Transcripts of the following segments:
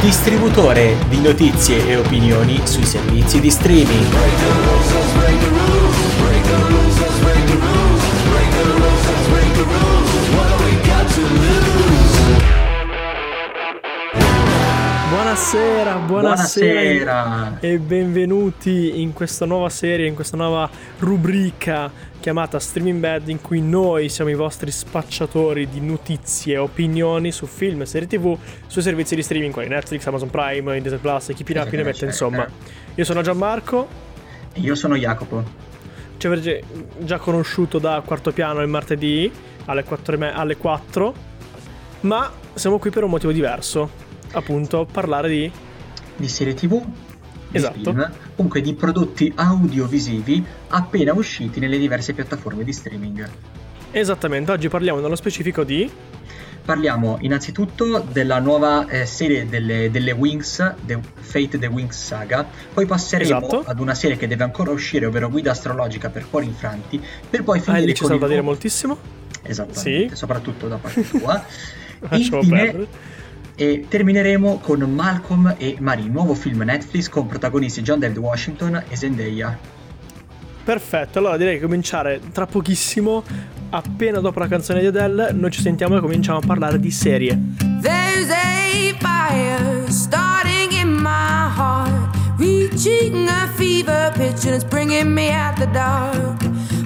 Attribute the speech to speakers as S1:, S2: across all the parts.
S1: distributore di notizie e opinioni sui servizi di streaming.
S2: Buonasera e benvenuti in questa nuova serie, in questa nuova rubrica chiamata Streaming Bad, in cui noi siamo i vostri spacciatori di notizie e opinioni su film, serie tv, sui servizi di streaming quali Netflix, Amazon Prime, Disney Plus e chi più ne mette, insomma. Io sono Gianmarco.
S3: E io sono Jacopo.
S2: Ci avrete già conosciuto da Quarto Piano il martedì alle 4, ma siamo qui per un motivo diverso. Appunto, parlare di
S3: serie tv,
S2: esatto,
S3: film, comunque di prodotti audiovisivi appena usciti nelle diverse piattaforme di streaming.
S2: Esattamente, oggi parliamo nello specifico di...
S3: Parliamo innanzitutto della nuova serie delle Wings, Fate the Wings Saga. Poi passeremo ad una serie che deve ancora uscire, ovvero Guida astrologica per cuori infranti, per poi finire
S2: lì ci
S3: con
S2: sta da dire moltissimo.
S3: Esattamente, sì. Soprattutto da parte tua.
S2: Lasciamo perdere.
S3: E termineremo con Malcolm e Marie, nuovo film Netflix con protagonisti John David Washington e Zendaya.
S2: Perfetto, allora direi di cominciare tra pochissimo, appena dopo la canzone di Adele. Noi ci sentiamo e cominciamo a parlare di serie.
S4: There's a fire starting in my heart, reaching a fever pitch and it's bringing me out the dark.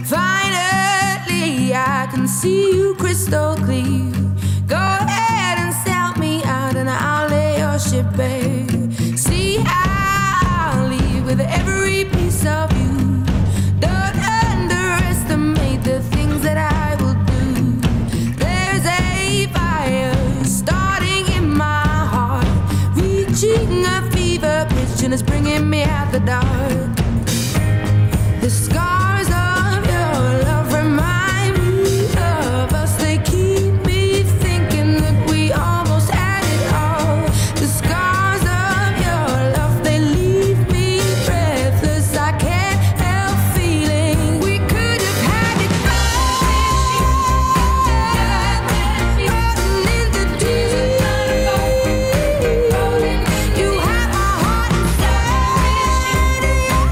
S4: Finally I can see you crystal clear. Go ahead and sell me out and I'll lay your ship bare. See, I'll leave with every piece of you. Don't underestimate the things that I will do. There's a fire starting in my heart, reaching a fever pitch and it's bringing me out the dark. The scars of your love remind me of us. They keep me thinking that we almost had it all. The scars of your love, they leave me breathless. I can't help feeling we could have had it all. Rolling in the deep, you have my heart inside, and you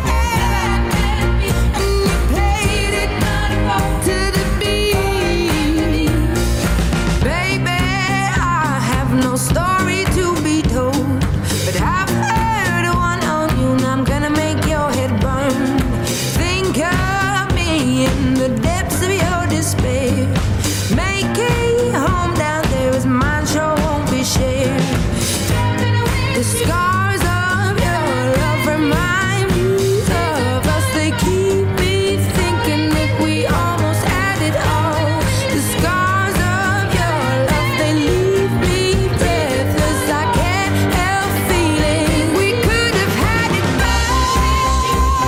S4: played it to the beat. Baby, I have no story to be told, but I've heard one on you and I'm gonna make your head burn. Think of me in the depths of your despair. Make a home down there as mine sure won't be shared. The scars of your love remind me of us. They keep me thinking that we almost had it all. The scars of your love, they leave me breathless. I can't help feeling we could have had it all.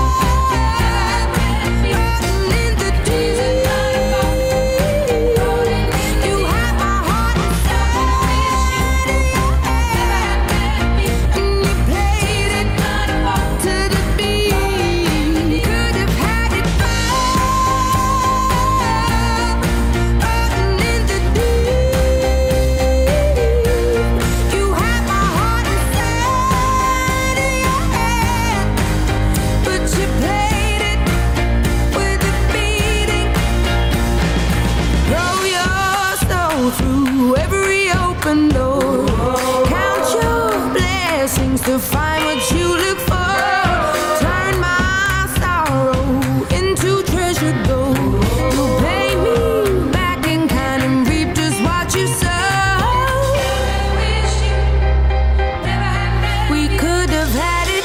S4: Rolling in the deep, you have my heart inside, and you played it to the beat. Could have had it all. Rolling in the deep, you have my heart inside of your head, but you played it with a beating. Throw your soul through every open door. Count your blessings to find what you look for. Turn my sorrow into treasured gold. You pay me back in kind and reap just what you sow. We could have had it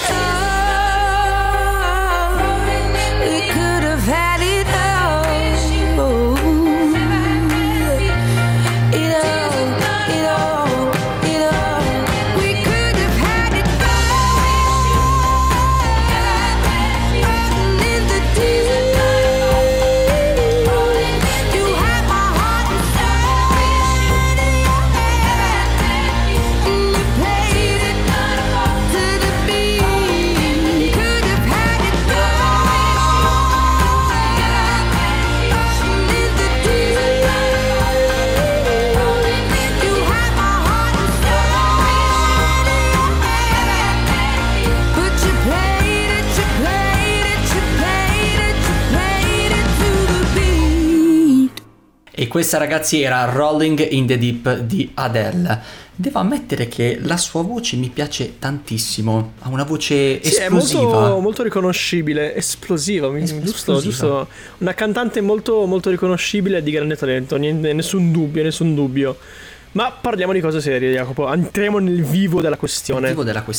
S4: all. We could have had it all. It all. We could have had it all.
S1: E questa, ragazzi, era Rolling in the Deep di Adele. Devo ammettere che la sua voce mi piace tantissimo, ha una voce esplosiva.
S2: È molto, molto riconoscibile, esplosiva. Giusto. Una cantante molto, molto riconoscibile e di grande talento, nessun dubbio. Ma parliamo di cose serie, Jacopo, entriamo nel vivo della questione.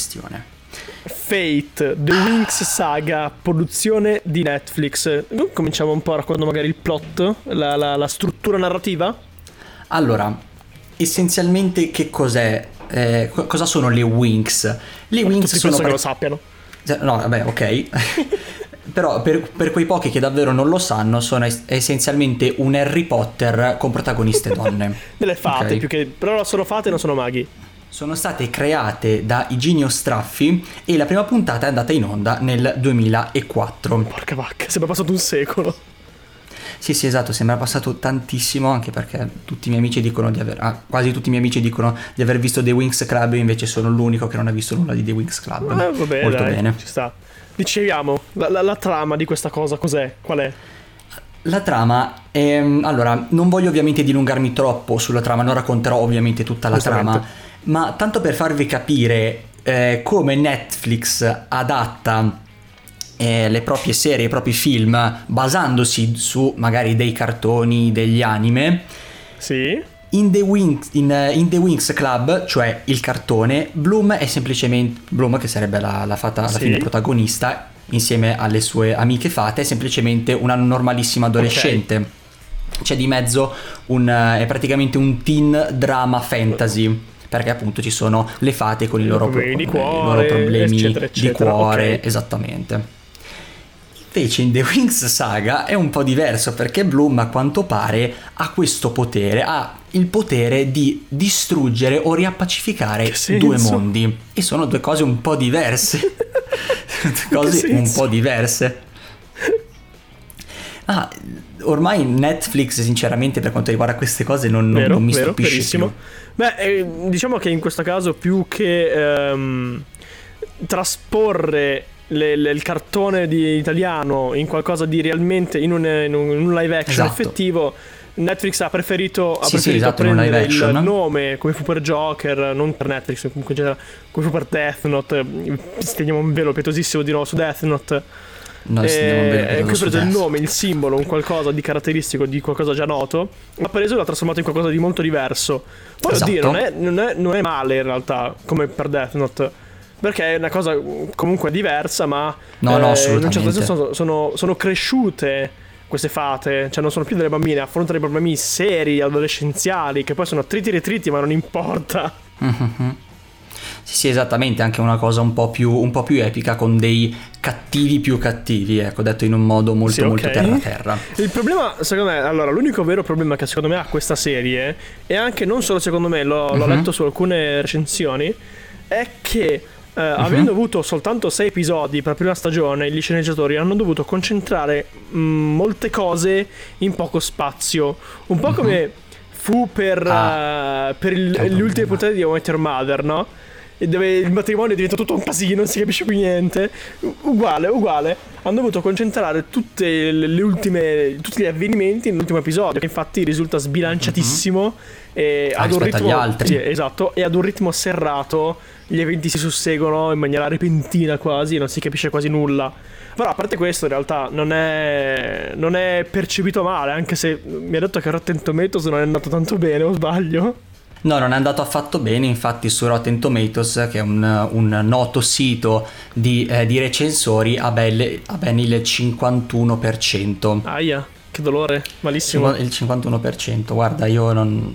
S2: Fate, The Winx Saga, produzione di Netflix. Cominciamo un po' raccontando magari il plot, la struttura narrativa.
S1: Allora, essenzialmente che cos'è? Cosa sono le Winx? Le Winx
S2: sono che lo sappiano.
S1: No, vabbè, ok. Però per quei pochi che davvero non lo sanno, sono essenzialmente un Harry Potter con protagoniste donne.
S2: Delle fate,
S1: okay?
S2: più che però sono fate, non sono maghi.
S1: Sono state create da Iginio Straffi e la prima puntata è andata in onda nel 2004.
S2: Porca vacca, sembra passato un secolo.
S1: Sì, esatto, sembra passato tantissimo, anche perché tutti i miei amici dicono quasi tutti i miei amici dicono di aver visto The Winx Club, invece sono l'unico che non ha visto nulla di The Winx Club.
S2: Vabbè,
S1: molto
S2: dai,
S1: bene.
S2: Ci sta. Diceviamo, la trama di questa cosa cos'è? Qual è?
S1: La trama è... Allora, non voglio ovviamente dilungarmi troppo sulla trama, non racconterò ovviamente tutta la trama, ma tanto per farvi capire come Netflix adatta le proprie serie, i propri film, basandosi su magari dei cartoni, degli anime.
S2: Sì.
S1: In The Winx Club, cioè il cartone, Bloom è semplicemente Bloom, che sarebbe la fata alla fine protagonista, insieme alle sue amiche fate, è semplicemente una normalissima adolescente. Okay. C'è di mezzo è praticamente un teen drama fantasy, perché appunto ci sono le fate con i loro problemi di cuore, eccetera. Di cuore, okay. Esattamente. Invece in The Winx Saga è un po' diverso, perché Bloom a quanto pare ha questo potere, ha il potere di distruggere o riappacificare due mondi, e sono due cose un po' diverse. Un po' diverse. Ormai Netflix sinceramente per quanto riguarda queste cose non mi stupisce più.
S2: Beh, diciamo che in questo caso più che trasporre il cartone italiano in qualcosa di realmente in un live action, esatto, effettivo, Netflix ha preferito prendere il nome come fu per Joker, non per Netflix, comunque in generale, come fu per Death Note. Stendiamo un velo pietosissimo di nuovo su Death Note. Qui ha preso il nome, il simbolo, un qualcosa di caratteristico, di qualcosa già noto, ha preso e l'ha trasformato in qualcosa di molto diverso. Poi esatto, non è male in realtà, come per Death Note, perché è una cosa comunque diversa, ma
S1: no, assolutamente.
S2: In un certo senso sono cresciute queste fate, cioè non sono più delle bambine, affrontano dei problemi seri, adolescenziali, che poi sono triti ritriti, ma non importa.
S1: Mm-hmm. Sì, esattamente, anche una cosa un po' più epica, con dei cattivi più cattivi, ecco, detto in un modo molto molto terra. Il
S2: problema, secondo me, allora, l'unico vero problema che secondo me ha questa serie, e anche non solo secondo me, l'ho letto su alcune recensioni, è che avendo avuto soltanto 6 episodi per la prima stagione, gli sceneggiatori hanno dovuto concentrare molte cose in poco spazio, un po' come fu per le ultime puntate di How I Met Your Mother, no? Dove il matrimonio diventa tutto un casino, non si capisce più niente. Uguale. Hanno dovuto concentrare tutti gli avvenimenti nell'ultimo episodio, che infatti risulta sbilanciatissimo e ad un ritmo,
S1: agli altri.
S2: Sì, esatto, e ad un ritmo serrato. Gli eventi si susseguono in maniera repentina quasi, non si capisce quasi nulla. Però a parte questo in realtà non è percepito male, anche se mi ha detto che Rotten Tomatoes non è andato tanto bene, o sbaglio?
S1: No, non è andato affatto bene, infatti su Rotten Tomatoes, che è un noto sito di recensori, ha ben il 51%.
S2: Aia, che dolore, malissimo.
S1: Il 51%, guarda, io non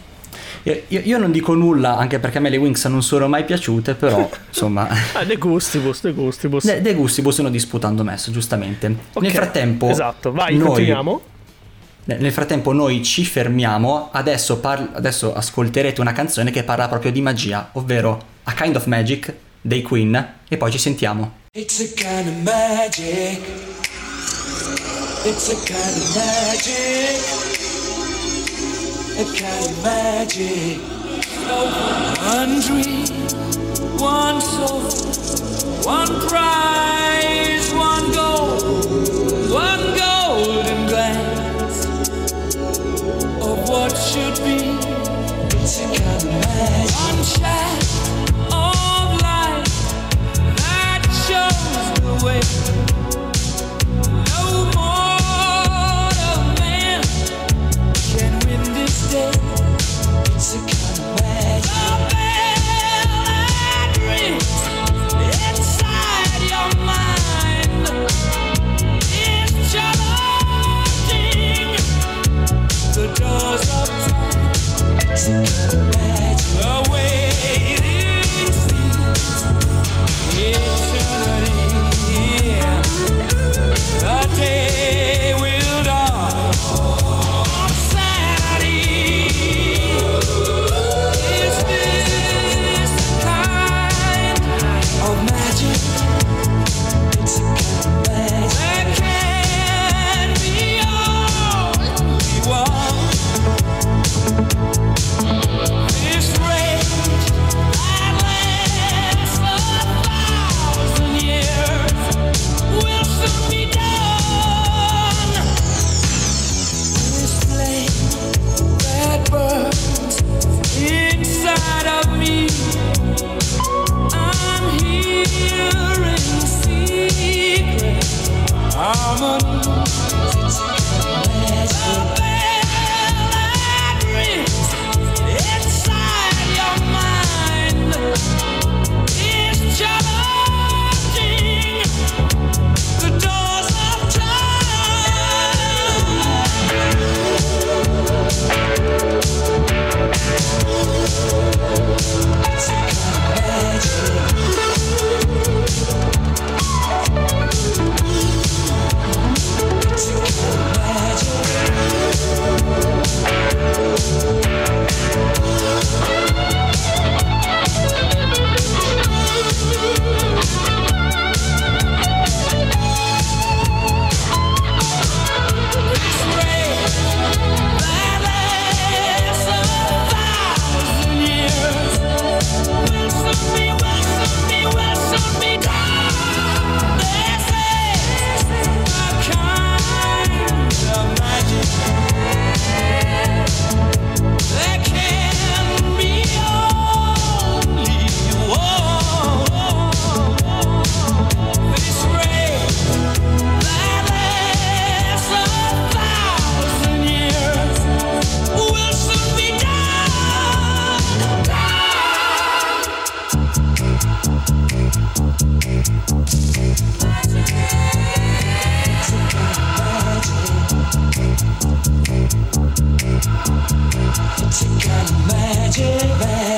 S1: dico nulla, anche perché a me le Winx non sono mai piaciute, però insomma
S2: De gustibus
S1: De gustibus sono disputando messo, giustamente.
S2: Okay.
S1: Nel frattempo,
S2: esatto, vai, continuiamo.
S1: Nel frattempo noi ci fermiamo. Adesso ascolterete una canzone che parla proprio di magia, ovvero A Kind of Magic dei Queen, e poi ci sentiamo.
S5: It's a kind of magic. It's a kind of magic. A kind of magic. One dream, one soul, one prize, one gold, one golden glance.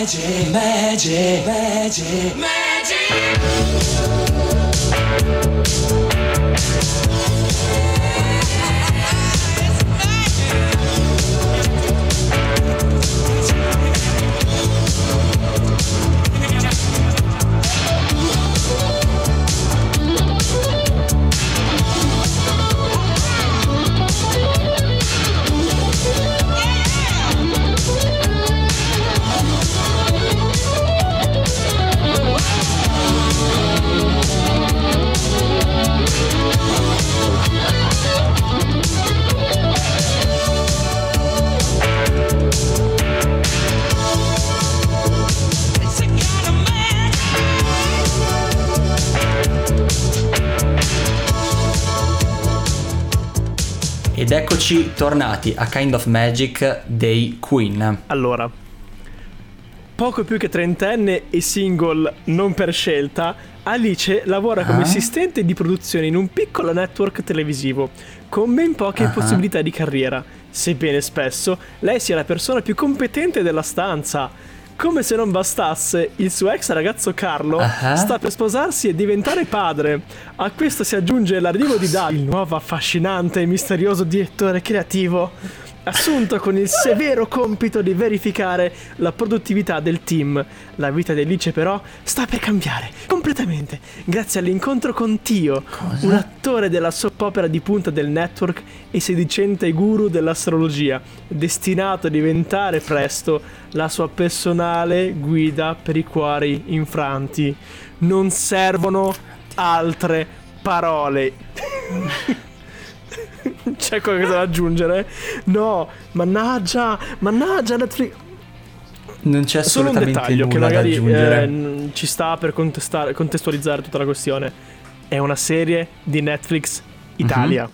S5: magic, magic, magic, magic.
S1: Ed eccoci tornati a Kind of Magic dei Queen.
S2: Allora, poco più che trentenne e single non per scelta, Alice lavora come assistente di produzione in un piccolo network televisivo, con ben poche possibilità di carriera, sebbene spesso lei sia la persona più competente della stanza. Come se non bastasse, il suo ex ragazzo Carlo sta per sposarsi e diventare padre. A questo si aggiunge l'arrivo di Doug, il nuovo affascinante e misterioso direttore creativo, assunto con il severo compito di verificare la produttività del team. La vita di Alice però sta per cambiare completamente grazie all'incontro con Tio, un attore della soap opera di punta del network e sedicente guru dell'astrologia, destinato a diventare presto la sua personale guida per i cuori infranti. Non servono altre parole. C'è qualcosa da aggiungere? No, mannaggia Netflix.
S1: Non c'è assolutamente
S2: solo un dettaglio
S1: nulla
S2: che magari
S1: da aggiungere.
S2: ci sta per contestualizzare tutta la questione. È una serie di Netflix Italia.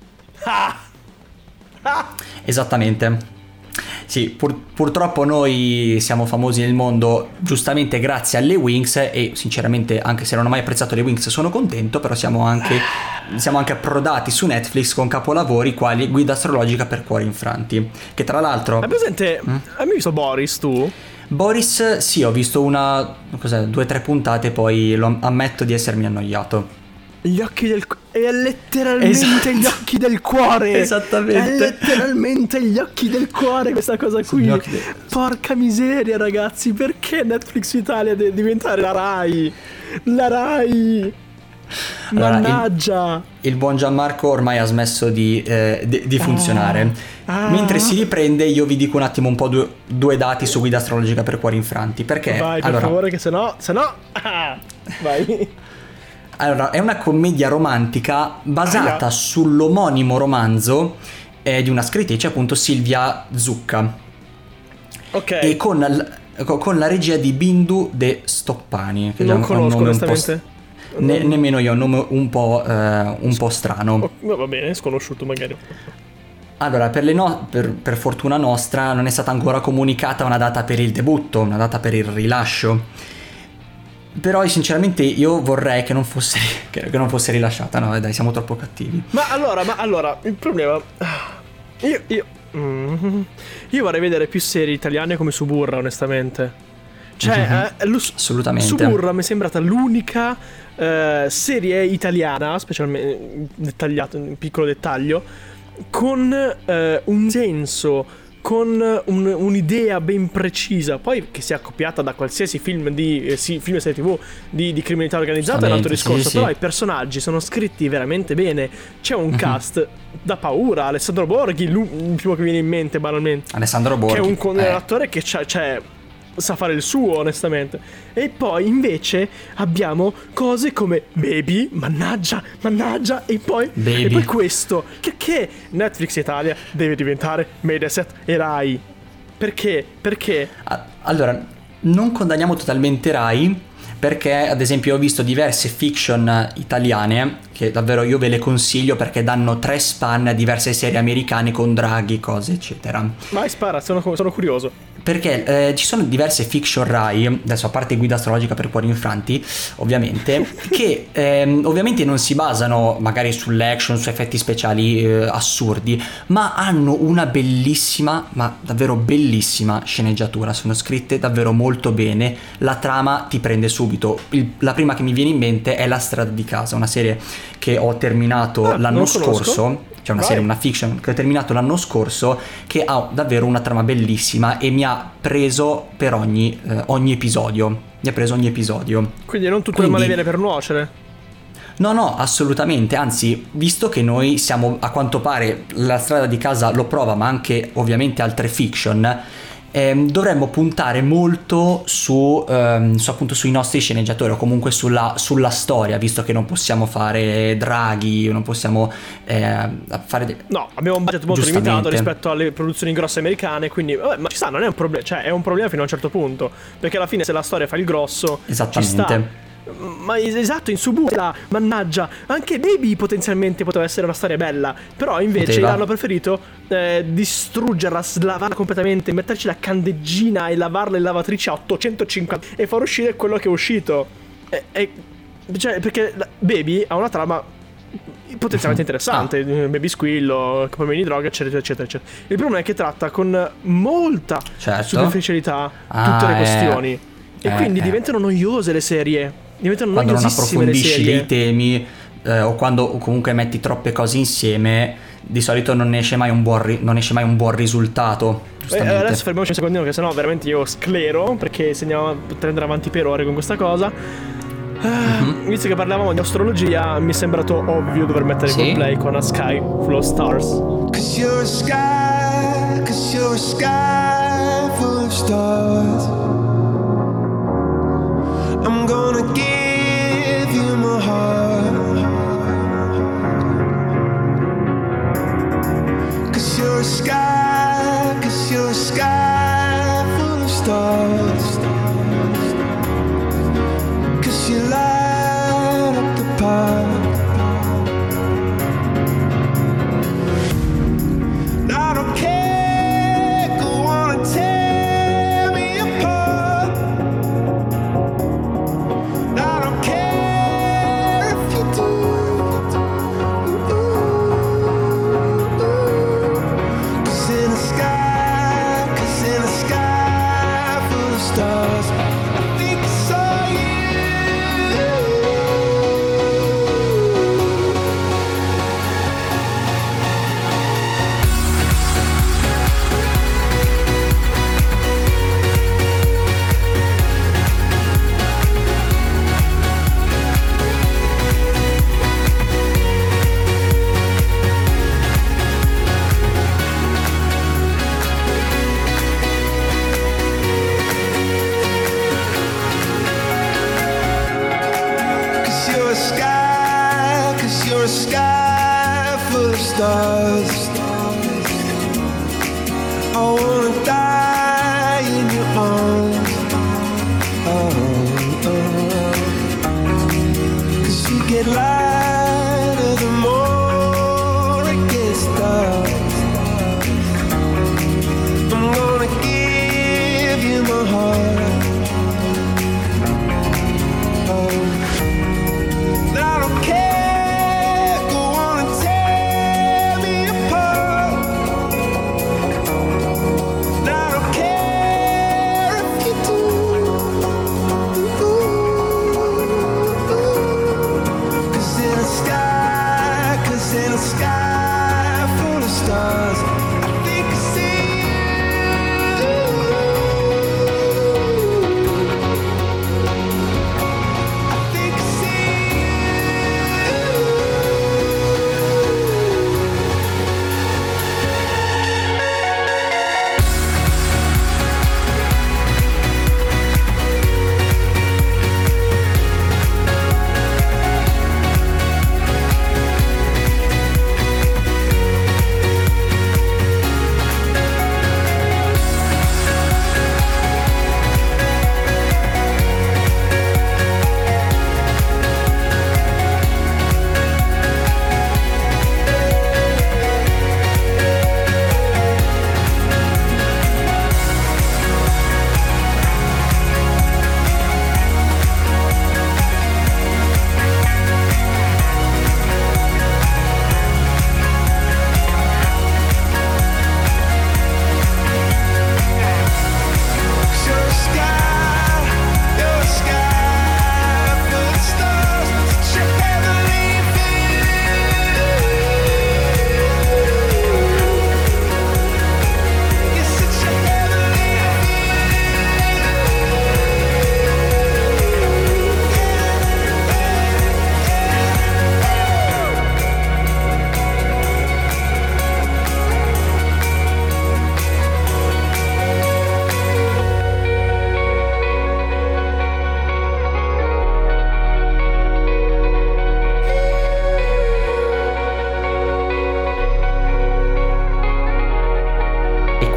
S1: Esattamente. Sì, purtroppo noi siamo famosi nel mondo giustamente grazie alle Winx e sinceramente, anche se non ho mai apprezzato le Winx, sono contento, però siamo anche approdati su Netflix con capolavori quali Guida astrologica per cuori infranti, che tra l'altro...
S2: Hai presente? Hai mai visto Boris tu?
S1: Boris sì, ho visto 2 o 3 puntate, poi ammetto di essermi annoiato.
S2: Gli occhi del è letteralmente gli occhi del cuore.
S1: Esattamente.
S2: È letteralmente gli occhi del cuore questa cosa qui. Porca miseria, ragazzi, perché Netflix Italia deve diventare la Rai? La Rai. Mannaggia.
S1: Il buon Gianmarco ormai ha smesso di funzionare. Mentre si riprende, io vi dico un attimo un po' due dati su Guida astrologica per cuori infranti. Perché?
S2: Vai, per favore, che sennò. Vai.
S1: Allora, è una commedia romantica basata sull'omonimo romanzo di una scrittrice, appunto Silvia Zucca.
S2: Ok.
S1: E con la regia di Bindu De Stoppani. Che
S2: non conosco onestamente.
S1: Nemmeno io, un nome un po' strano.
S2: Va bene, sconosciuto magari.
S1: Allora, per fortuna nostra non è stata ancora comunicata una data per il debutto, una data per il rilascio. Però sinceramente io vorrei che non fosse rilasciata. No, dai, siamo troppo cattivi.
S2: Ma allora, il problema... Io vorrei vedere più serie italiane come Suburra, onestamente. Cioè,
S1: assolutamente. Suburra
S2: mi è sembrata l'unica serie italiana, specialmente dettagliato, in piccolo dettaglio, con un senso, con un'idea ben precisa. Poi che sia accoppiata da qualsiasi film film e serie TV di criminalità organizzata è un altro discorso. Però i personaggi sono scritti veramente bene. C'è un cast da paura. Alessandro Borghi, il primo che viene in mente banalmente.
S1: Alessandro Borghi,
S2: che è un attore che sa fare il suo, onestamente. E poi invece abbiamo cose come Baby, mannaggia, e poi questo che Netflix Italia deve diventare Mediaset e Rai. Perché?
S1: Allora, non condanniamo totalmente Rai, perché ad esempio ho visto diverse fiction italiane che davvero io ve le consiglio, perché danno 3 span a diverse serie americane con draghi, cose eccetera.
S2: Vai, spara, sono curioso.
S1: Perché ci sono diverse fiction Rai, adesso a parte Guida astrologica per cuori infranti, ovviamente, che ovviamente non si basano magari sull'action, su effetti speciali assurdi, ma hanno una bellissima, ma davvero bellissima sceneggiatura, sono scritte davvero molto bene, la trama ti prende subito. La prima che mi viene in mente è La strada di casa, una serie che ho terminato l'anno scorso. C'è una serie, una fiction che ho terminato l'anno scorso, che ha davvero una trama bellissima e mi ha preso per ogni episodio. Mi ha preso ogni episodio.
S2: Quindi non tutto il male viene per nuocere.
S1: No, assolutamente. Anzi, visto che noi siamo, a quanto pare, La strada di casa lo prova, ma anche ovviamente altre fiction, dovremmo puntare molto su appunto sui nostri sceneggiatori, o comunque sulla storia, visto che non possiamo fare draghi, non possiamo fare
S2: no, abbiamo un budget molto limitato rispetto alle produzioni grosse americane, quindi ma ci sta, non è un problema, cioè è un problema fino a un certo punto, perché alla fine se la storia fa il grosso,
S1: esattamente,
S2: ci sta. Ma esatto, in Suburra, mannaggia, anche Baby potenzialmente poteva essere una storia bella, però invece hanno preferito distruggerla, slavarla completamente, metterci la candeggina e lavarla in lavatrice a 850 e far uscire quello che è uscito. Cioè, perché Baby ha una trama potenzialmente interessante, Baby squillo, problemi di droga, eccetera eccetera eccetera. Il problema è che tratta con molta superficialità tutte le questioni e quindi diventano noiose le serie.
S1: Quando non approfondisci dei temi o quando comunque metti troppe cose insieme, di solito non esce mai un buon risultato.
S2: Adesso fermiamoci un secondino, che sennò veramente io sclero, perché se andiamo a prendere avanti per ore con questa cosa. Visto che parlavamo di astrologia, mi è sembrato ovvio dover mettere Coldplay con A Sky Full of Stars. 'Cause you're a sky full of stars. I'm gonna give you my heart. 'Cause you're a sky full of stars. 'Cause you light up the park. I don't care, go on and tear me apart. I don't care if you do. 'Cause in a sky full of stars, I think I saw you. You're a sky full of stars. I wanna die in your arms. Cause you get lighter the more it gets dark. I'm gonna give you my heart. I don't care, go on and tear me apart. I don't care if you do. 'Cause in a sky full of stars, I think I see you. I think I see you.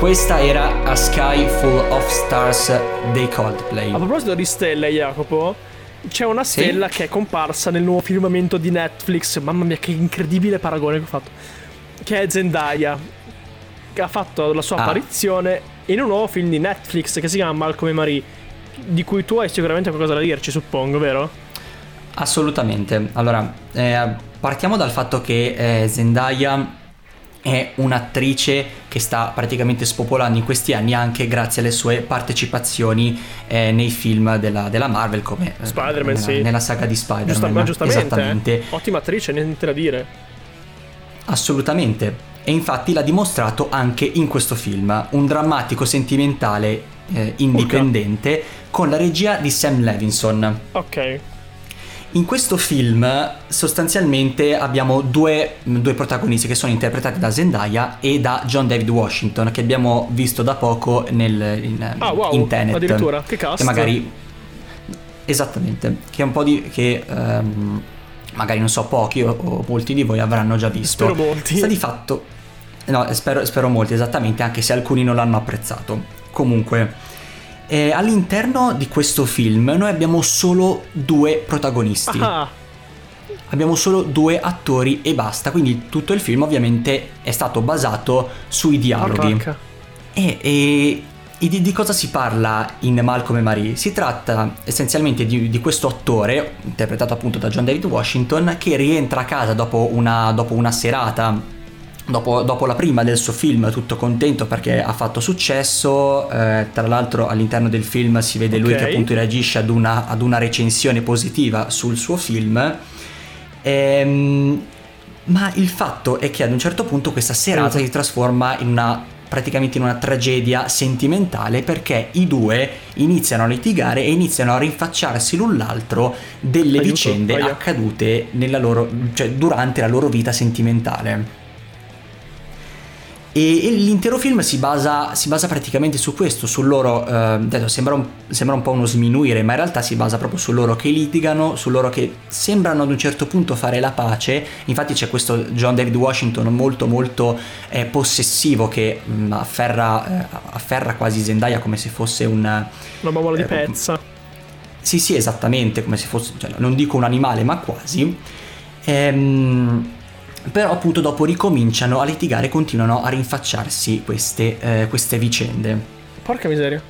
S1: Questa era A Sky Full of Stars dei Coldplay.
S2: A proposito di stelle, Jacopo, c'è una stella che è comparsa nel nuovo filmamento di Netflix. Mamma mia, che incredibile paragone che ho fatto. Che è Zendaya, che ha fatto la sua apparizione in un nuovo film di Netflix che si chiama Malcolm e Marie, di cui tu hai sicuramente qualcosa da dirci, suppongo, vero?
S1: Assolutamente. Allora, partiamo dal fatto che Zendaya è un'attrice che sta praticamente spopolando in questi anni anche grazie alle sue partecipazioni nei film della Marvel, come
S2: Spider-Man,
S1: nella saga di Spider-Man.
S2: Giustamente.
S1: Esattamente.
S2: Ottima attrice, niente da dire.
S1: Assolutamente. E infatti l'ha dimostrato anche in questo film, un drammatico sentimentale indipendente con la regia di Sam Levinson.
S2: Ok.
S1: In questo film sostanzialmente abbiamo due protagonisti che sono interpretati da Zendaya e da John David Washington, che abbiamo visto da poco in Tenet.
S2: Addirittura, che cast.
S1: Che magari esattamente, che è un po' che magari non so, pochi o molti di voi avranno già visto.
S2: Spero molti.
S1: Sta di fatto, no, spero molti, esattamente, anche se alcuni non l'hanno apprezzato. Comunque, all'interno di questo film noi abbiamo solo 2 protagonisti. Abbiamo solo 2 attori e basta, quindi tutto il film ovviamente è stato basato sui dialoghi. E di cosa si parla in Malcolm e Marie? Si tratta essenzialmente di questo attore, interpretato appunto da John David Washington, che rientra a casa dopo una serata, dopo la prima del suo film, tutto contento perché ha fatto successo. Tra l'altro all'interno del film si vede lui che appunto reagisce ad una recensione positiva sul suo film. Ma il fatto è che ad un certo punto questa serata si trasforma praticamente in una tragedia sentimentale, perché i due iniziano a litigare e iniziano a rinfacciarsi l'un l'altro delle vicende accadute durante la loro vita sentimentale. E l'intero film si basa praticamente su questo, sul loro adesso sembra un po' uno sminuire, ma in realtà si basa proprio su loro che litigano, su loro che sembrano ad un certo punto fare la pace. Infatti c'è questo John David Washington molto molto possessivo, che afferra quasi Zendaya come se fosse una
S2: bambola di pezza.
S1: Sì, esattamente, come se fosse, non dico un animale, ma quasi. Però appunto dopo ricominciano a litigare, continuano a rinfacciarsi queste vicende.
S2: Porca miseria.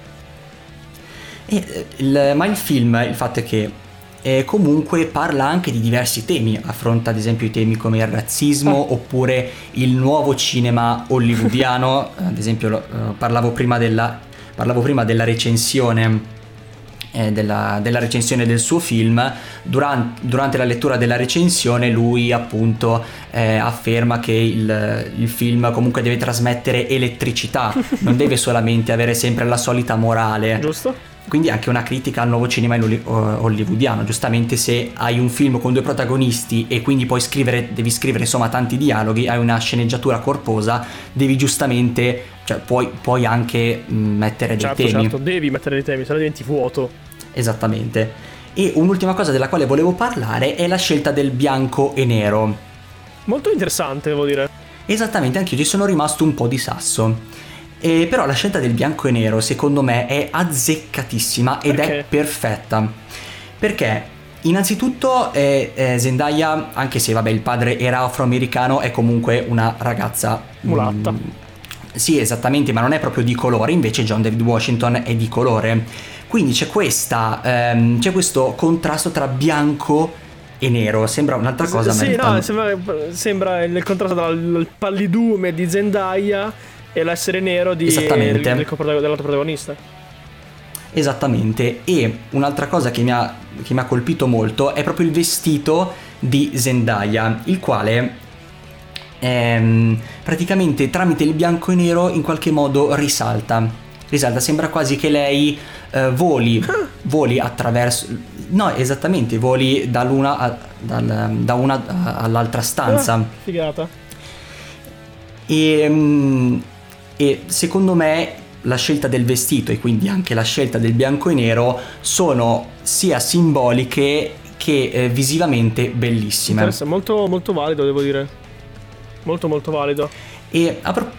S1: Ma il film, il fatto è che comunque parla anche di diversi temi, affronta ad esempio i temi come il razzismo oppure il nuovo cinema hollywoodiano. Ad esempio parlavo prima della recensione della recensione del suo film. Durante la lettura della recensione lui appunto afferma che il film comunque deve trasmettere elettricità, non deve solamente avere sempre la solita morale.
S2: Giusto?
S1: Quindi anche una critica al nuovo cinema hollywoodiano. Giustamente, se hai un film con 2 protagonisti e quindi devi scrivere insomma tanti dialoghi, hai una sceneggiatura corposa, devi giustamente, puoi anche mettere dei temi.
S2: Certo, devi mettere dei temi, se no diventi vuoto.
S1: Esattamente. E un'ultima cosa della quale volevo parlare è la scelta del bianco e nero.
S2: Molto interessante, devo dire.
S1: Esattamente, anch'io ci sono rimasto un po' di sasso. Però la scelta del bianco e nero secondo me è azzeccatissima ed è perfetta, perché innanzitutto Zendaya, anche se il padre era afroamericano, è comunque una ragazza
S2: mulatta.
S1: Sì, esattamente, ma non è proprio di colore. Invece John David Washington è di colore, quindi c'è questo contrasto tra bianco e nero. Sembra un'altra cosa.
S2: Sì, no, sembra il contrasto tra il pallidume di Zendaya e l'essere nero dell'altro protagonista.
S1: Esattamente. E un'altra cosa che mi ha colpito molto è proprio il vestito di Zendaya, il quale praticamente tramite il bianco e nero in qualche modo risalta, sembra quasi che lei voli attraverso, no, esattamente, voli da una all'altra stanza.
S2: Figata.
S1: E secondo me la scelta del vestito e quindi anche la scelta del bianco e nero sono sia simboliche che visivamente bellissime.
S2: Molto, molto valido, devo dire. Molto molto valido.
S1: E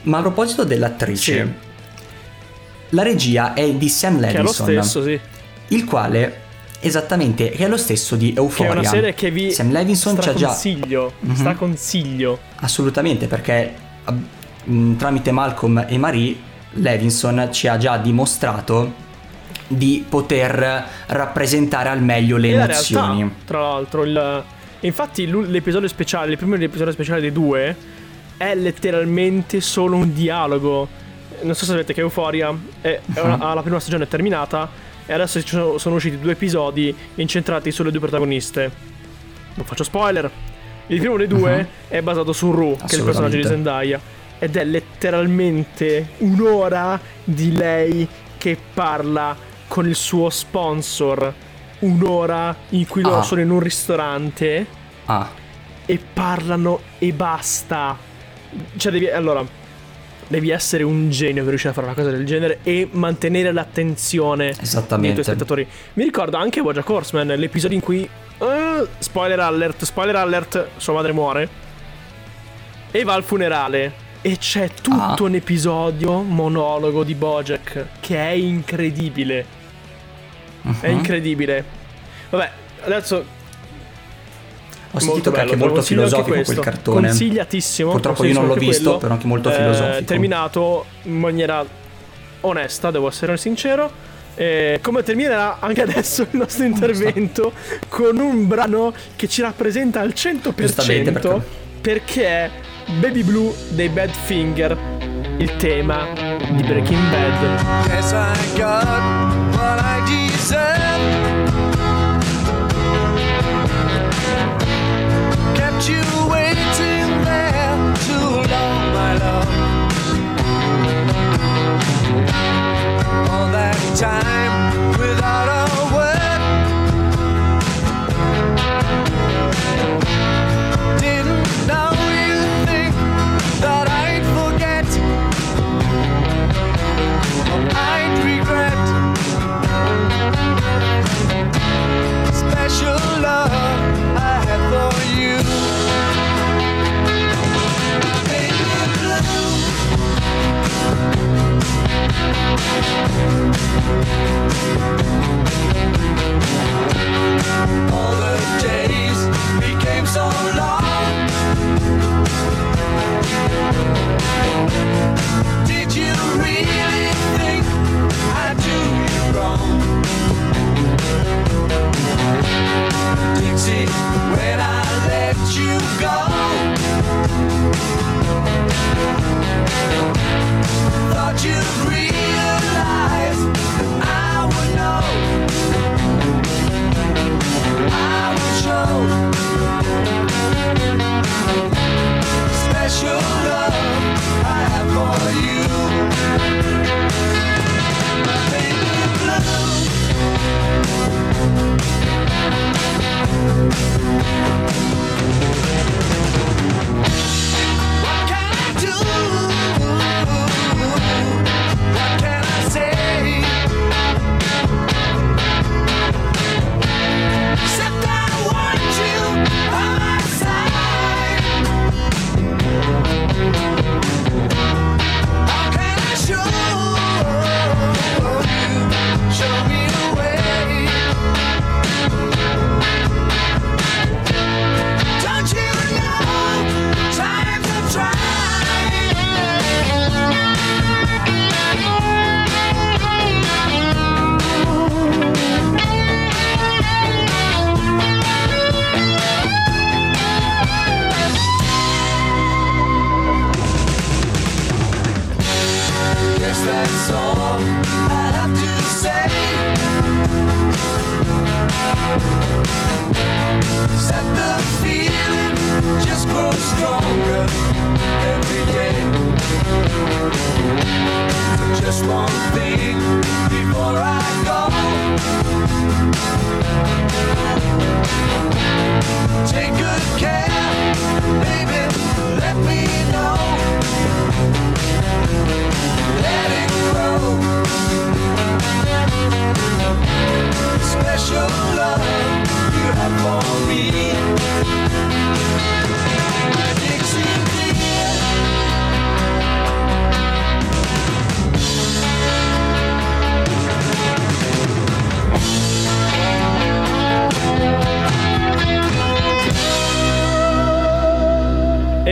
S1: Ma a proposito dell'attrice,
S2: sì,
S1: la regia è di Sam Levinson,
S2: che è lo stesso, sì,
S1: il quale esattamente che è lo stesso di Euphoria,
S2: che è una serie che vi
S1: Sam Levinson ci ha già
S2: straconsiglio.
S1: Assolutamente, perché tramite Malcolm e Marie Levinson ci ha già dimostrato di poter rappresentare al meglio le emozioni.
S2: Realtà, tra l'altro, infatti l'episodio speciale, il primo episodio speciale dei due è letteralmente solo un dialogo. Non so se sapete che Euphoria la prima stagione è terminata e adesso sono usciti 2 episodi incentrati sulle 2 protagoniste. Non faccio spoiler. Il primo dei due è basato su Rue, che è il personaggio di Zendaya, ed è letteralmente un'ora di lei che parla con il suo sponsor, un'ora in cui loro sono in un ristorante e parlano e basta. Cioè devi essere un genio per riuscire a fare una cosa del genere e mantenere l'attenzione dei tuoi spettatori. Mi ricordo anche BoJack Horseman, l'episodio in cui spoiler alert, sua madre muore e va al funerale e c'è tutto un episodio monologo di BoJack che è incredibile. È incredibile. Vabbè, adesso
S1: ho sentito che è anche molto filosofico quel cartone.
S2: Consigliatissimo.
S1: Purtroppo io non l'ho visto, però anche molto filosofico.
S2: Terminato in maniera onesta, devo essere sincero. Come terminerà anche adesso il nostro intervento con un brano che ci rappresenta al 100%, perché è Baby Blue dei Badfinger, il tema di Breaking Bad.
S5: Yes, I got what I deserve. Kept you waiting there too long, my love. All that time without a word. Didn't know you think that I'd forget or I'd regret. Special love I had for you. All the days became so long. Did you really think I'd do you wrong? Dixie, when I let you go, thought you'd realize that I would know, I would show special love I have for you. Baby blue. What can I do?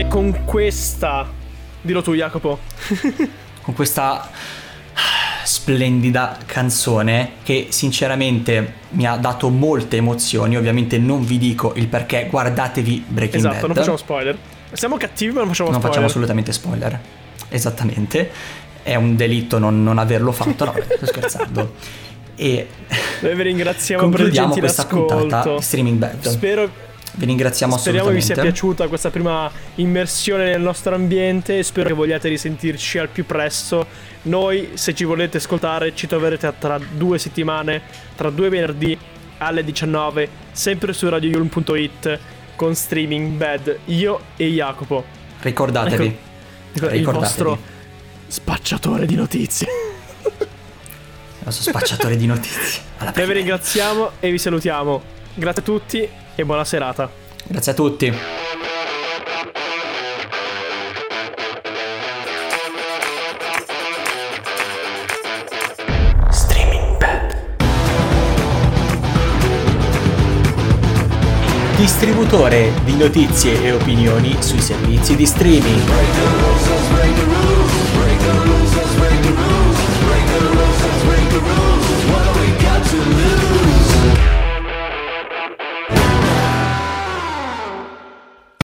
S2: E con questa... Dillo tu, Jacopo.
S1: Con questa splendida canzone che sinceramente mi ha dato molte emozioni. Ovviamente non vi dico il perché, guardatevi Breaking Bad.
S2: Esatto, non facciamo spoiler. Siamo cattivi ma non facciamo spoiler.
S1: Non facciamo assolutamente spoiler. Esattamente. È un delitto non averlo fatto. No, sto scherzando. E
S2: noi vi ringraziamo per il gentile
S1: questa
S2: ascolto.
S1: Puntata Streaming Bad. Vi ringraziamo
S2: Speriamo
S1: assolutamente.
S2: vi sia piaciuta questa prima immersione nel nostro ambiente. Spero che vogliate risentirci al più presto. Noi, se ci volete ascoltare, ci troverete tra 2 settimane, tra 2 venerdì alle 19, sempre su radioyulm.it con Streaming Bad, io e Jacopo.
S1: Ricordatevi,
S2: il vostro spacciatore di notizie.
S1: Il nostro spacciatore di notizie.
S2: Noi vi ringraziamo e vi salutiamo. Grazie a tutti e buona serata.
S1: Grazie a tutti. Streaming Bad. Distributore di notizie e opinioni sui servizi di streaming.